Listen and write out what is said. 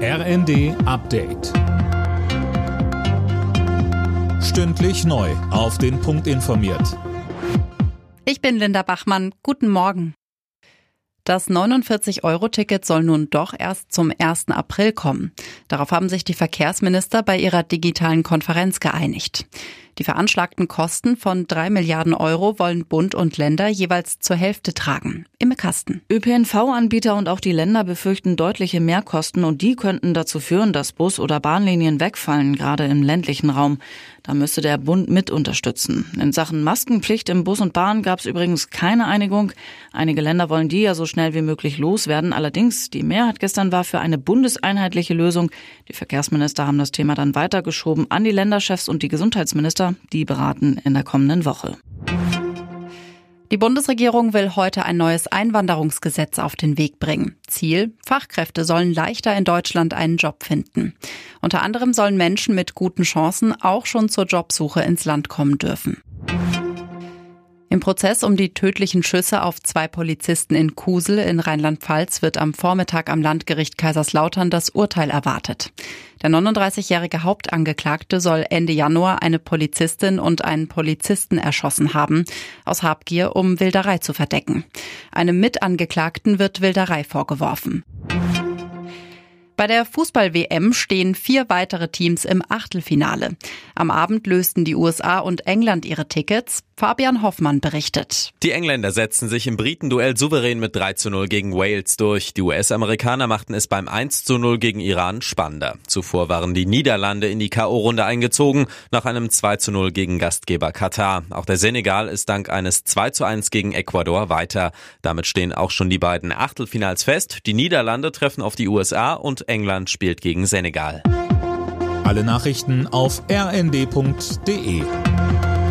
RND Update. Stündlich neu auf den Punkt informiert. Ich bin Linda Bachmann. Guten Morgen. Das 49-Euro-Ticket soll nun doch erst zum 1. April kommen. Darauf haben sich die Verkehrsminister bei ihrer digitalen Konferenz geeinigt. Die veranschlagten Kosten von 3 Milliarden Euro wollen Bund und Länder jeweils zur Hälfte tragen. Imme Kasten. ÖPNV-Anbieter und auch die Länder befürchten deutliche Mehrkosten und die könnten dazu führen, dass Bus- oder Bahnlinien wegfallen, gerade im ländlichen Raum. Da müsste der Bund mit unterstützen. In Sachen Maskenpflicht im Bus und Bahn gab es übrigens keine Einigung. Einige Länder wollen die ja so schnell wie möglich loswerden. Allerdings, die Mehrheit gestern war für eine bundeseinheitliche Lösung. Die Verkehrsminister haben das Thema dann weitergeschoben an die Länderchefs und die Gesundheitsminister. Die beraten in der kommenden Woche. Die Bundesregierung will heute ein neues Einwanderungsgesetz auf den Weg bringen. Ziel: Fachkräfte sollen leichter in Deutschland einen Job finden. Unter anderem sollen Menschen mit guten Chancen auch schon zur Jobsuche ins Land kommen dürfen. Im Prozess um die tödlichen Schüsse auf 2 Polizisten in Kusel in Rheinland-Pfalz wird am Vormittag am Landgericht Kaiserslautern das Urteil erwartet. Der 39-jährige Hauptangeklagte soll Ende Januar eine Polizistin und einen Polizisten erschossen haben, aus Habgier, um Wilderei zu verdecken. Einem Mitangeklagten wird Wilderei vorgeworfen. Bei der Fußball-WM stehen 4 weitere Teams im Achtelfinale. Am Abend lösten die USA und England ihre Tickets. Fabian Hoffmann berichtet. Die Engländer setzten sich im Britenduell souverän mit 3:0 gegen Wales durch. Die US-Amerikaner machten es beim 1:0 gegen Iran spannender. Zuvor waren die Niederlande in die K.O.-Runde eingezogen, nach einem 2:0 gegen Gastgeber Katar. Auch der Senegal ist dank eines 2:1 gegen Ecuador weiter. Damit stehen auch schon die beiden Achtelfinals fest. Die Niederlande treffen auf die USA und England spielt gegen Senegal. Alle Nachrichten auf rnd.de.